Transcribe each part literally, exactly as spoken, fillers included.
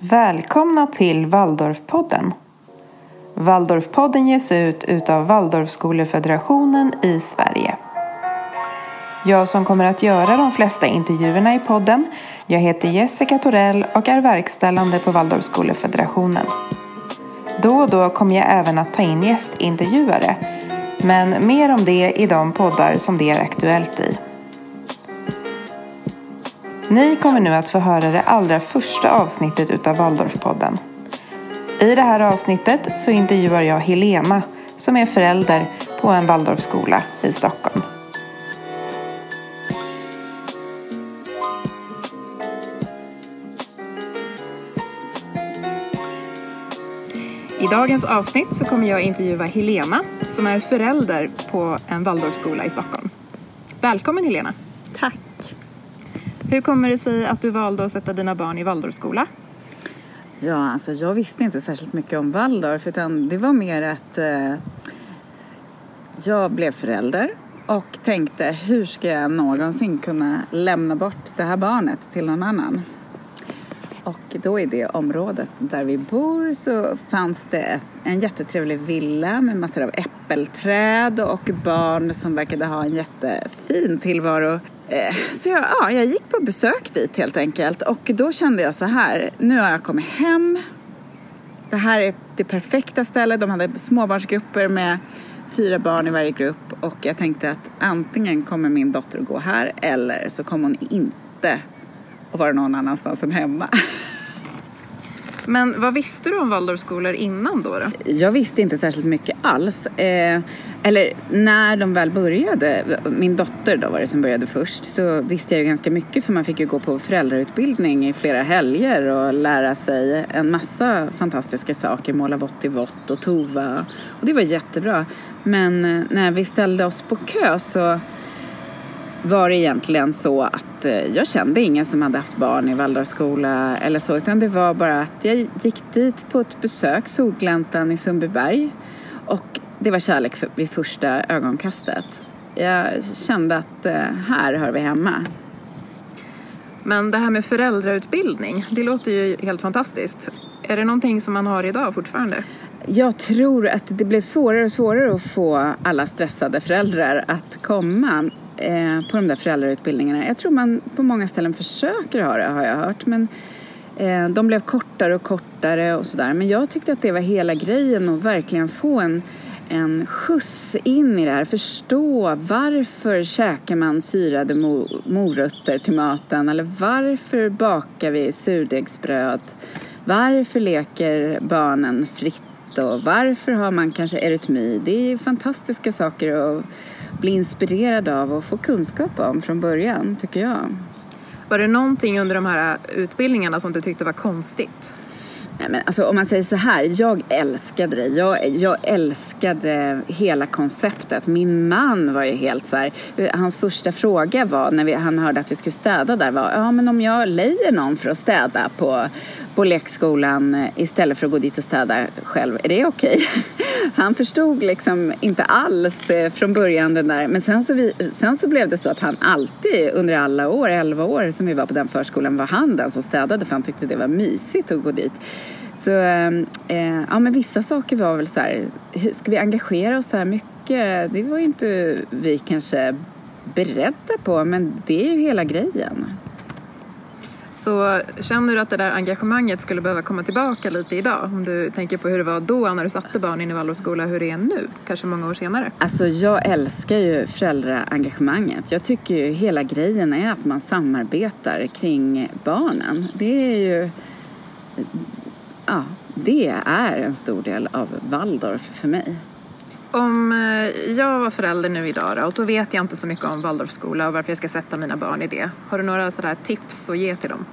Välkomna till Waldorfpodden. Waldorfpodden ges ut utav Waldorfskolefederationen i Sverige. Jag som kommer att göra de flesta intervjuerna i podden, jag heter Jessica Torell och är verkställande på Waldorfskolefederationen. Då och då kommer jag även att ta in gästintervjuare, men mer om det i de poddar som det är aktuellt i. Ni kommer nu att få höra det allra första avsnittet utav Waldorfpodden. I det här avsnittet så intervjuar jag Helena som är förälder på en Waldorfskola i Stockholm. I dagens avsnitt så kommer jag intervjua Helena som är förälder på en Waldorfskola i Stockholm. Välkommen Helena. Tack. Hur kommer det sig att du valde att sätta dina barn i Waldorfskola? Ja, alltså jag visste inte särskilt mycket om Waldorf, utan det var mer att eh, jag blev förälder och tänkte hur ska jag någonsin kunna lämna bort det här barnet till någon annan. Och då i det området där vi bor så fanns det ett, en jättetrevlig villa med massor av äppelträd och barn som verkade ha en jättefin tillvaro. Så jag, ja, jag gick på besök dit helt enkelt och då kände jag så här, nu har jag kommit hem. Det här är det perfekta stället. De hade småbarnsgrupper med fyra barn i varje grupp och jag tänkte att antingen kommer min dotter att gå här eller så kommer hon inte att vara någon annanstans än hemma. Men vad visste du om Waldorfskolor innan då, då? Jag visste inte särskilt mycket alls. Eh, eller när de väl började, min dotter då var det som började först, så visste jag ju ganska mycket för man fick ju gå på föräldrautbildning i flera helger och lära sig en massa fantastiska saker, måla vått i vått och tova. Och det var jättebra. Men när vi ställde oss på kö så var det egentligen så att jag kände ingen som hade haft barn i Waldorfskola eller så, utan det var bara att jag gick dit på ett besök, Solgläntan i Sundbyberg, och det var kärlek för, vid första ögonkastet. Jag kände att här hör vi hemma. Men det här med föräldrautbildning, det låter ju helt fantastiskt. Är det någonting som man har idag fortfarande? Jag tror att det blir svårare och svårare att få alla stressade föräldrar att komma på de där föräldrautbildningarna. Jag tror man på många ställen försöker ha det, har jag hört. Men eh, de blev kortare och kortare och sådär. Men jag tyckte att det var hela grejen att verkligen få en, en skjuts in i det här. Förstå varför käkar man syrade mo- morötter till maten. Eller varför bakar vi surdegsbröd. Varför leker barnen fritt. Och varför har man kanske erytmi. Det är fantastiska saker att bli inspirerad av och få kunskap om från början, tycker jag. Var det någonting under de här utbildningarna som du tyckte var konstigt? Nej, men alltså, om man säger så här, jag älskade det. Jag, jag älskade hela konceptet. Min man var ju helt så här, hans första fråga var när vi, han hörde att vi skulle städa där var, ja men om jag lejer någon för att städa på, på lekskolan istället för att gå dit och städa själv, är det okej? Han förstod liksom inte alls från början den där, men sen så, vi, sen så blev det så att han alltid under alla år, elva år som vi var på den förskolan, var han den som städade för han tyckte det var mysigt att gå dit. Så eh, ja, men vissa saker var väl så här, hur ska vi engagera oss så här mycket? Det var ju inte vi kanske beredda på, men det är ju hela grejen. Så känner du att det där engagemanget skulle behöva komma tillbaka lite idag? Om du tänker på hur det var då när du satte barn in i Waldorfskola, hur det är nu, kanske många år senare? Alltså jag älskar ju föräldraengagemanget. Jag tycker ju hela grejen är att man samarbetar kring barnen. Det är ju... Ja, det är en stor del av Waldorf för mig. Om jag var förälder nu idag då, och så vet jag inte så mycket om Waldorfskola och varför jag ska sätta mina barn i det. Har du några sådär tips att ge till dem?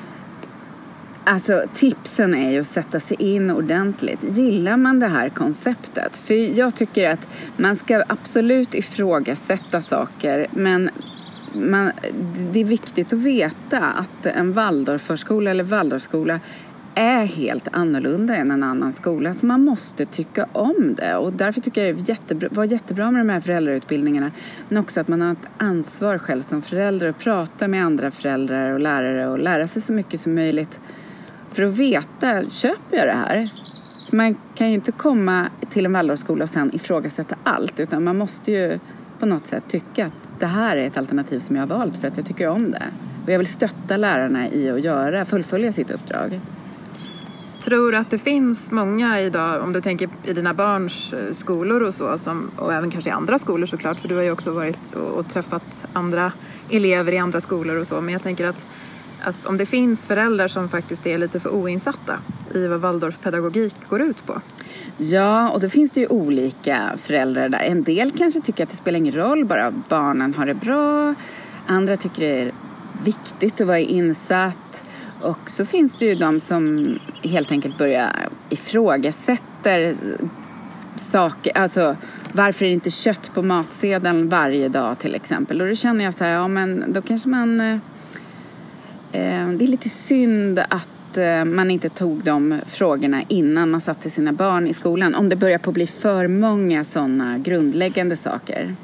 Alltså tipsen är ju att sätta sig in ordentligt. Gillar man det här konceptet? För jag tycker att man ska absolut ifrågasätta saker, men man, det är viktigt att veta att en Waldorfförskola eller Waldorfskola är helt annorlunda än en annan skola. Så man måste tycka om det. Och därför tycker jag det jättebra, var jättebra med de här föräldrautbildningarna. Men också att man har ett ansvar själv som förälder och prata med andra föräldrar och lärare och lära sig så mycket som möjligt. för att veta, köper jag det här? Man kan ju inte komma till en Waldorfskola och sen ifrågasätta allt, utan man måste ju på något sätt tycka att det här är ett alternativ som jag har valt för att jag tycker om det. Och jag vill stötta lärarna i att göra, fullfölja sitt uppdrag. Tror du att det finns många idag, om du tänker i dina barns skolor och så, som, och även kanske i andra skolor såklart, för du har ju också varit och, och träffat andra elever i andra skolor och så, men jag tänker att, att om det finns föräldrar som faktiskt är lite för oinsatta i vad Waldorfpedagogik går ut på? Ja, och då finns det ju olika föräldrar där. En del kanske tycker att det spelar ingen roll, bara barnen har det bra. Andra tycker det är viktigt att vara insatt. Och så finns det ju de som helt enkelt börjar ifrågasätta saker. Alltså, varför är det inte kött på matsedeln varje dag till exempel? Och då känner jag så här, ja men då kanske man... Eh, det är lite synd att man inte tog de frågorna innan man satte sina barn i skolan. Om det börjar på bli för många sådana grundläggande saker.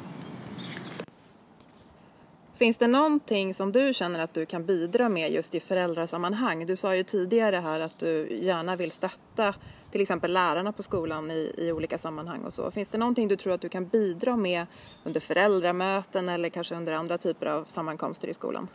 Finns det någonting som du känner att du kan bidra med just i föräldrasammanhang? Du sa ju tidigare här att du gärna vill stötta till exempel lärarna på skolan i, i olika sammanhang och så. Finns det någonting du tror att du kan bidra med under föräldramöten eller kanske under andra typer av sammankomster i skolan?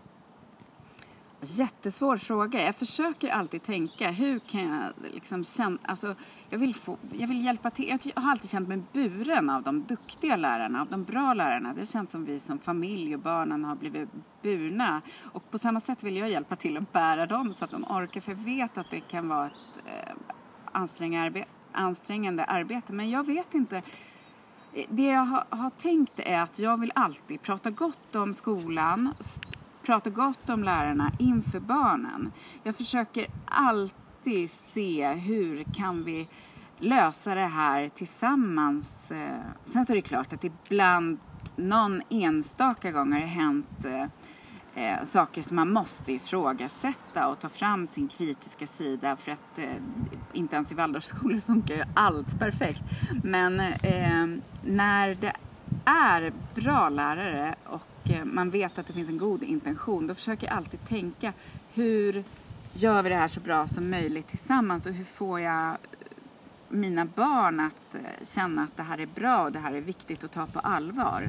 Jättesvår fråga. Jag försöker alltid tänka, hur kan jag liksom känna, alltså jag vill få, jag vill hjälpa till. Jag har alltid känt mig buren av de duktiga lärarna, av de bra lärarna. Det känns som vi som familj och barnen har blivit burna. Och på samma sätt vill jag hjälpa till att bära dem så att de orkar, för jag vet att det kan vara ett eh, ansträngande, arbe- ansträngande arbete. Men jag vet inte. Det jag har, har tänkt är att jag vill alltid prata gott om skolan, prata gott om lärarna inför barnen. Jag försöker alltid se hur kan vi lösa det här tillsammans. Sen så är det klart att ibland någon enstaka gång har det hänt eh, saker som man måste ifrågasätta och ta fram sin kritiska sida, för att eh, inte ens i Waldorfskolor funkar ju allt perfekt. Men eh, när det är bra lärare och man vet att det finns en god intention, då försöker jag alltid tänka, hur gör vi det här så bra som möjligt tillsammans, och hur får jag mina barn att känna att det här är bra och det här är viktigt att ta på allvar.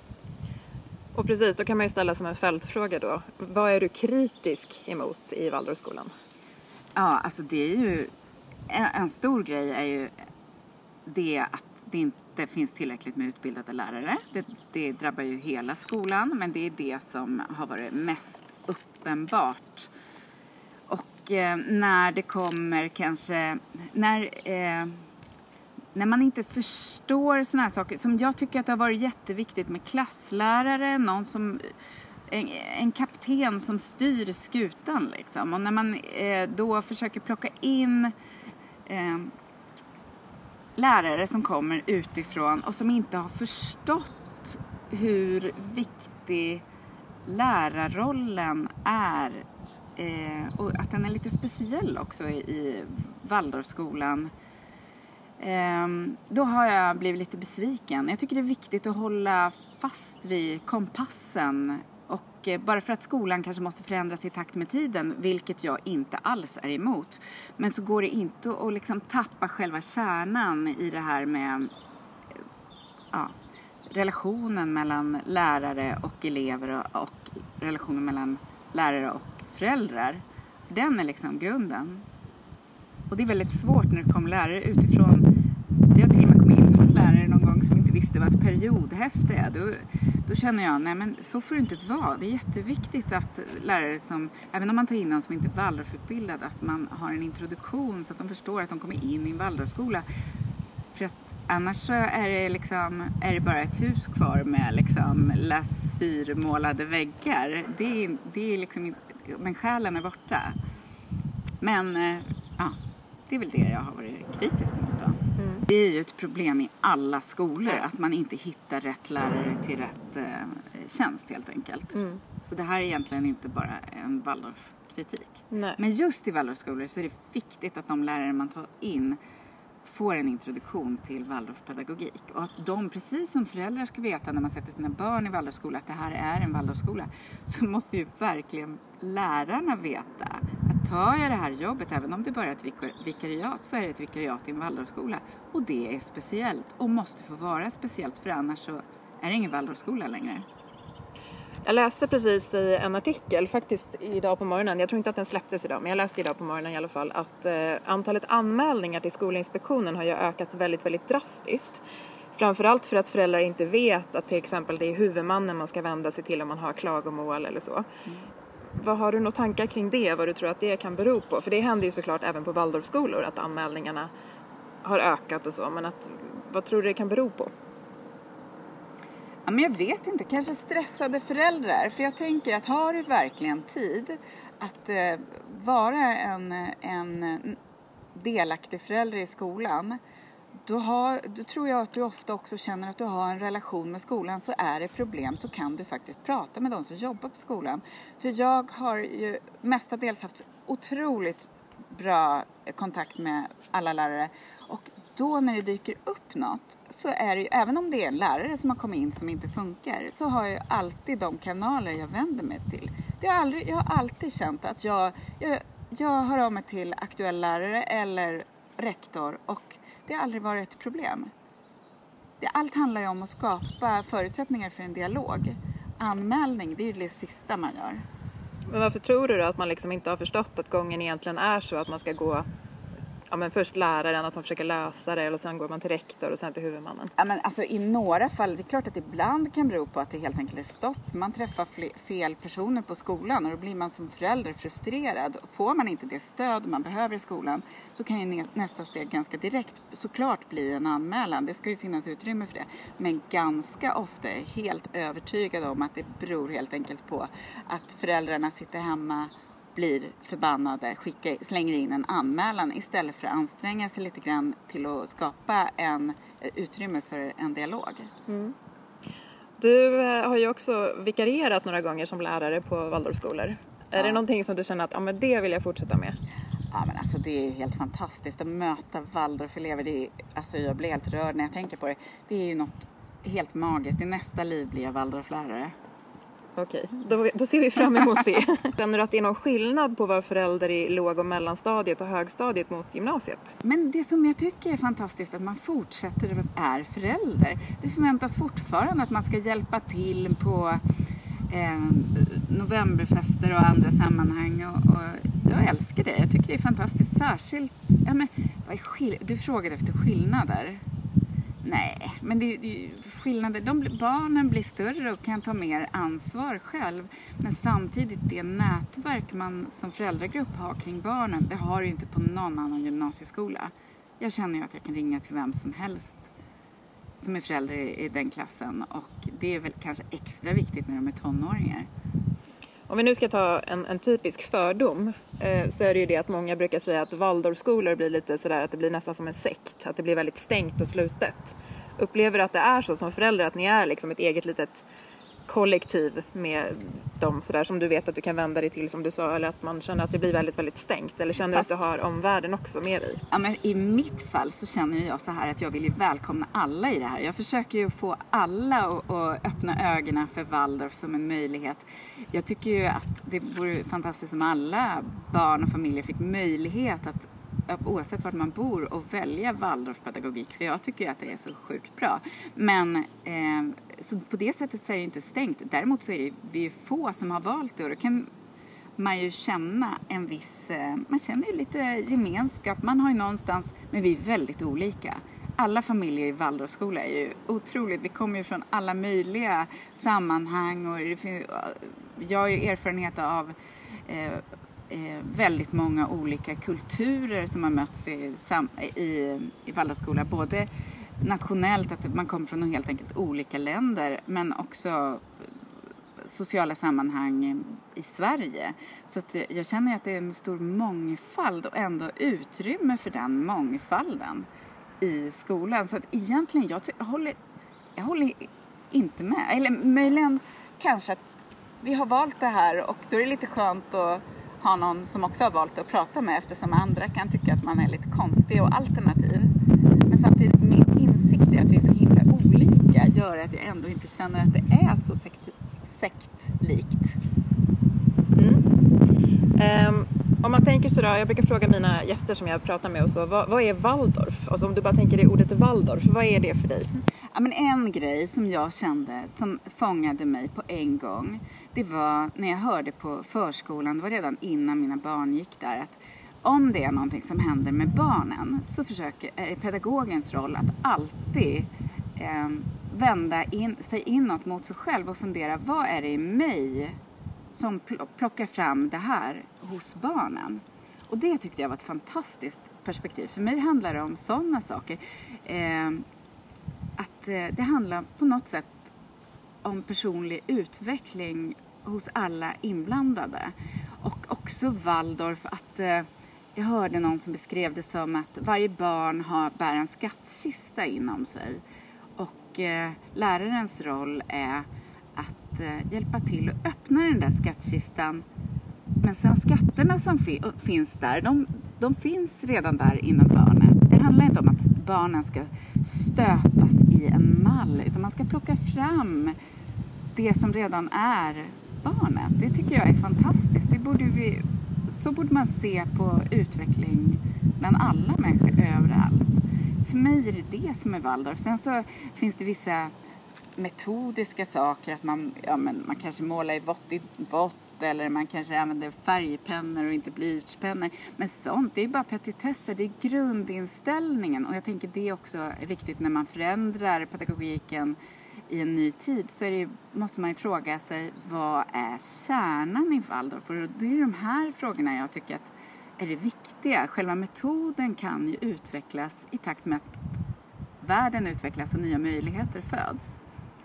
Och precis, då kan man ju ställa som en fältfråga då. Vad är du kritisk emot i Waldorfskolan? Ja, alltså det är ju en stor grej är ju det att det inte finns tillräckligt med utbildade lärare. Det, det drabbar ju hela skolan, men det är det som har varit mest uppenbart. Och eh, när det kommer kanske, när, eh, när man inte förstår såna här saker, som jag tycker att det har varit jätteviktigt med klasslärare, någon som, en, en kapten som styr skutan liksom. Och när man eh, då försöker plocka in eh, lärare som kommer utifrån och som inte har förstått hur viktig lärarrollen är, eh, och att den är lite speciell också i, i Waldorfskolan, eh, då har jag blivit lite besviken. Jag tycker det är viktigt att hålla fast vid kompassen, och eh, bara för att skolan kanske måste förändras i takt med tiden, vilket jag inte alls är emot, men så går det inte att liksom tappa själva kärnan i det här med ja, relationen mellan lärare och elever och, och relationen mellan lärare och föräldrar. För den är liksom grunden. Och det är väldigt svårt när det kommer lärare utifrån. Det har till och med kommit in från lärare någon gång som inte visste vad ett periodhäfte är. Då, då känner jag, nej men så får det inte vara. Det är jätteviktigt att lärare som, även om man tar in någon som inte är Waldorfutbildad, att man har en introduktion så att de förstår att de kommer in i en Waldorfskola. För att annars så är det, liksom, är det bara ett hus kvar med liksom lasyrmålade väggar. Det är, det är liksom, men själen är borta. Men ja, det är väl det jag har varit kritisk mot då. Mm. Det är ju ett problem i alla skolor, att man inte hittar rätt lärare till rätt eh, tjänst helt enkelt. Mm. Så det här är egentligen inte bara en Waldorf-kritik. Nej. Men just i Waldorfskolor så är det viktigt att de lärare man tar in får en introduktion till Waldorfpedagogik. Och att de, precis som föräldrar ska veta när man sätter sina barn i Waldorfskola att det här är en Waldorfskola, så måste ju verkligen lärarna veta att tar jag det här jobbet, även om det bara är ett vikariat, så är det ett vikariat i en Waldorfskola. Och det är speciellt och måste få vara speciellt, för annars så är det ingen Waldorfskola längre. Jag läste precis i en artikel, faktiskt idag på morgonen, jag tror inte att den släpptes idag, men jag läste idag på morgonen i alla fall, att eh, antalet anmälningar till Skolinspektionen har ju ökat väldigt, väldigt drastiskt. Framförallt för att föräldrar inte vet att till exempel det är huvudmannen man ska vända sig till om man har klagomål eller så. Mm. Vad har du några tankar kring det? Vad du tror att det kan bero på? För det händer ju såklart även på Waldorfskolor att anmälningarna har ökat och så. Men att, vad tror du det kan bero på? Ja, men jag vet inte. Kanske stressade föräldrar. För jag tänker att har du verkligen tid att eh, vara en, en delaktig förälder i skolan, Då, har, då tror jag att du ofta också känner att du har en relation med skolan. Så är det problem så kan du faktiskt prata med de som jobbar på skolan. För jag har ju mestadels haft otroligt bra kontakt med alla lärare. Och då när det dyker upp något, så är det ju, även om det är en lärare som har kommit in som inte funkar, så har jag alltid de kanaler jag vänder mig till. Det har aldrig, jag har alltid känt att jag, jag, jag hör av mig till aktuell lärare eller rektor, och det har aldrig varit ett problem. Det, allt handlar ju om att skapa förutsättningar för en dialog. Anmälning, det är ju det sista man gör. Men varför tror du då att man liksom inte har förstått att gången egentligen är så att man ska gå, ja, men först läraren, att man försöker lösa det, och sen går man till rektor och sen till huvudmannen? Ja, men alltså, i några fall, det är klart att ibland kan bero på att det helt enkelt är stopp. Man träffar fel personer på skolan och då blir man som förälder frustrerad. Får man inte det stöd man behöver i skolan, så kan ju nästa steg ganska direkt såklart bli en anmälan. Det ska ju finnas utrymme för det. Men ganska ofta är jag helt övertygad om att det beror helt enkelt på att föräldrarna sitter hemma, blir förbannade, skickar, slänger in en anmälan istället för att anstränga sig lite grann till att skapa en utrymme för en dialog. Mm. Du har ju också vikarierat några gånger som lärare på Waldorfskolor. Ja. Är det någonting som du känner att ja, men det vill jag fortsätta med? Ja, men alltså, det är helt fantastiskt att möta Waldorfelever. Det är, alltså, jag blir helt rörd när jag tänker på det. Det är ju något helt magiskt. I nästa liv blir jag Waldorflärare. Okej, då, då ser vi fram emot det. Känner du att det är någon skillnad på att vara förälder i låg- och mellanstadiet och högstadiet mot gymnasiet? Men det som jag tycker är fantastiskt är att man fortsätter att är förälder. Det förväntas fortfarande att man ska hjälpa till på eh, novemberfester och andra sammanhang. Och, och jag älskar det. Jag tycker det är fantastiskt. Särskilt, ja, men, vad är skill- du frågade efter skillnader. Nej, men det, det är skillnader. De, barnen blir större och kan ta mer ansvar själv. Men samtidigt, det nätverk man som föräldragrupp har kring barnen, det har ju inte på någon annan gymnasieskola. Jag känner ju att jag kan ringa till vem som helst som är förälder i, i den klassen. Och det är väl kanske extra viktigt när de är tonåringar. Om vi nu ska ta en, en typisk fördom eh, så är det ju det att många brukar säga att Waldorfskolor blir lite sådär att det blir nästan som en sekt. Att det blir väldigt stängt och slutet. Upplever du att det är så som förälder, att ni är liksom ett eget litet kollektiv med dem sådär som du vet att du kan vända dig till, som du sa, eller att man känner att det blir väldigt, väldigt stängt? Eller känner du att du har omvärlden också med dig? Ja, men i mitt fall så känner jag så här att jag vill ju välkomna alla i det här. Jag försöker ju få alla att, att öppna ögonen för Waldorf som en möjlighet. Jag tycker ju att det vore fantastiskt om alla barn och familjer fick möjlighet att, oavsett vart man bor, och välja Waldorfpedagogik. För jag tycker att det är så sjukt bra. Men eh, så på det sättet så är det inte stängt. Däremot så är det vi är få som har valt det. Och då kan man ju känna en viss, eh, man känner ju lite gemenskap. Man har ju någonstans, men vi är väldigt olika. Alla familjer i Waldorfskola är ju otroligt. Vi kommer ju från alla möjliga sammanhang. Och det finns, jag har ju erfarenhet av eh, Eh, väldigt många olika kulturer som har mötts i, i, i Waldorfskola. Både nationellt, att man kommer från helt enkelt olika länder, men också sociala sammanhang i Sverige. Så att jag känner att det är en stor mångfald och ändå utrymme för den mångfalden i skolan. Så att egentligen, jag, jag, håller, jag håller inte med. Eller möjligen kanske att vi har valt det här, och då är det lite skönt att ha någon som också har valt att prata med, eftersom andra kan tycka att man är lite konstig och alternativ. Men samtidigt, min insikt är att vi är så himla olika gör att jag ändå inte känner att det är så sekt, sektlikt. Mm. Um, Om man tänker så då, jag brukar fråga mina gäster som jag pratar med och så, vad, vad är Waldorf? Alltså om du bara tänker i ordet Waldorf, vad är det för dig? Ja, men en grej som jag kände som fångade mig på en gång, det var när jag hörde på förskolan, det var redan innan mina barn gick där, att om det är någonting som händer med barnen så försöker, är det pedagogens roll att alltid eh, vända in, sig inåt mot sig själv och fundera, vad är det i mig som plockar fram det här hos barnen? Och det tyckte jag var ett fantastiskt perspektiv. För mig handlar det om sådana saker. Eh, att eh, det handlar på något sätt om personlig utveckling hos alla inblandade. Och också Waldorf, att eh, jag hörde någon som beskrev det som att varje barn har, bär en skattkista inom sig. Och eh, lärarens roll är att eh, hjälpa till att öppna den där skattkistan. Men sen skatterna som fi- finns där, de, de finns redan där inom barnet. Det handlar inte om att barnen ska stöpas i en mall, utan man ska plocka fram det som redan är barnet. Det tycker jag är fantastiskt. Det borde vi, så borde man se på utveckling bland alla människor överallt. För mig är det det som är Waldorf. Sen så finns det vissa metodiska saker, att man, ja, men man kanske målar i vått i vått, eller man kanske använder färgpennor och inte blyertspennor. Men sånt, det är bara petitesser, det är grundinställningen. Och jag tänker det också är viktigt när man förändrar pedagogiken i en ny tid, så är det, måste man ju fråga sig, vad är kärnan i Waldorf? Och då är det de här frågorna jag tycker att är det viktiga. Själva metoden kan ju utvecklas i takt med att världen utvecklas och nya möjligheter föds.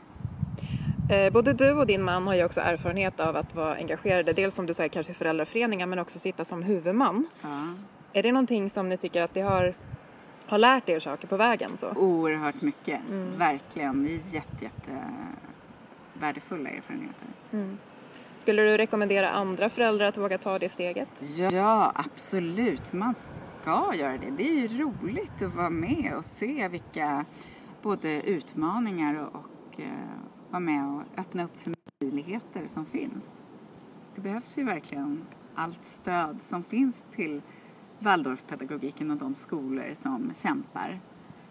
Både du och din man har ju också erfarenhet av att vara engagerade. Dels som du säger kanske i föräldraföreningar, men också sitta som huvudman. Ja. Är det någonting som ni tycker att det har, har lärt er saker på vägen? Så? Oerhört mycket. Mm. Verkligen. Det är jätte, jätte värdefulla erfarenheter. Mm. Skulle du rekommendera andra föräldrar att våga ta det steget? Ja, absolut. Man ska göra det. Det är ju roligt att vara med och se vilka både utmaningar och, och vara med och öppna upp för möjligheter som finns. Det behövs ju verkligen allt stöd som finns till Waldorfpedagogiken och de skolor som kämpar.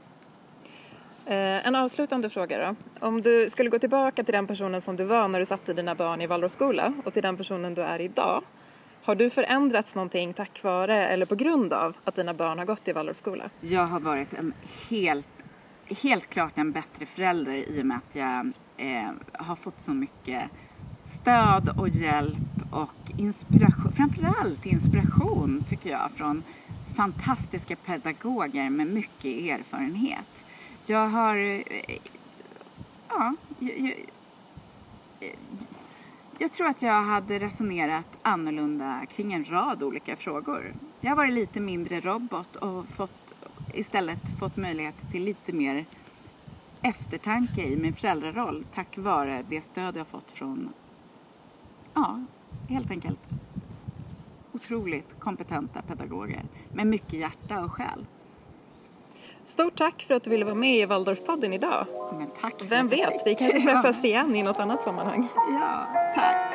En avslutande fråga då. Om du skulle gå tillbaka till den personen som du var när du satte dina barn i Waldorfskola och till den personen du är idag. Har du förändrats någonting tack vare eller på grund av att dina barn har gått i Waldorfskola? Jag har varit en helt, helt klart en bättre förälder i och med att jag eh, har fått så mycket stöd och hjälp och inspiration. Framförallt inspiration tycker jag från fantastiska pedagoger med mycket erfarenhet. Jag har, ja, jag, jag, jag tror att jag hade resonerat annorlunda kring en rad olika frågor. Jag har varit lite mindre robot och fått, istället fått möjlighet till lite mer eftertanke i min föräldraroll tack vare det stöd jag fått från, ja, helt enkelt otroligt kompetenta pedagoger med mycket hjärta och själ. Stort tack för att du ville vara med i Waldorfpodden idag. Men tack. Vem vet, vi kanske träffas igen i något annat sammanhang. Ja, tack.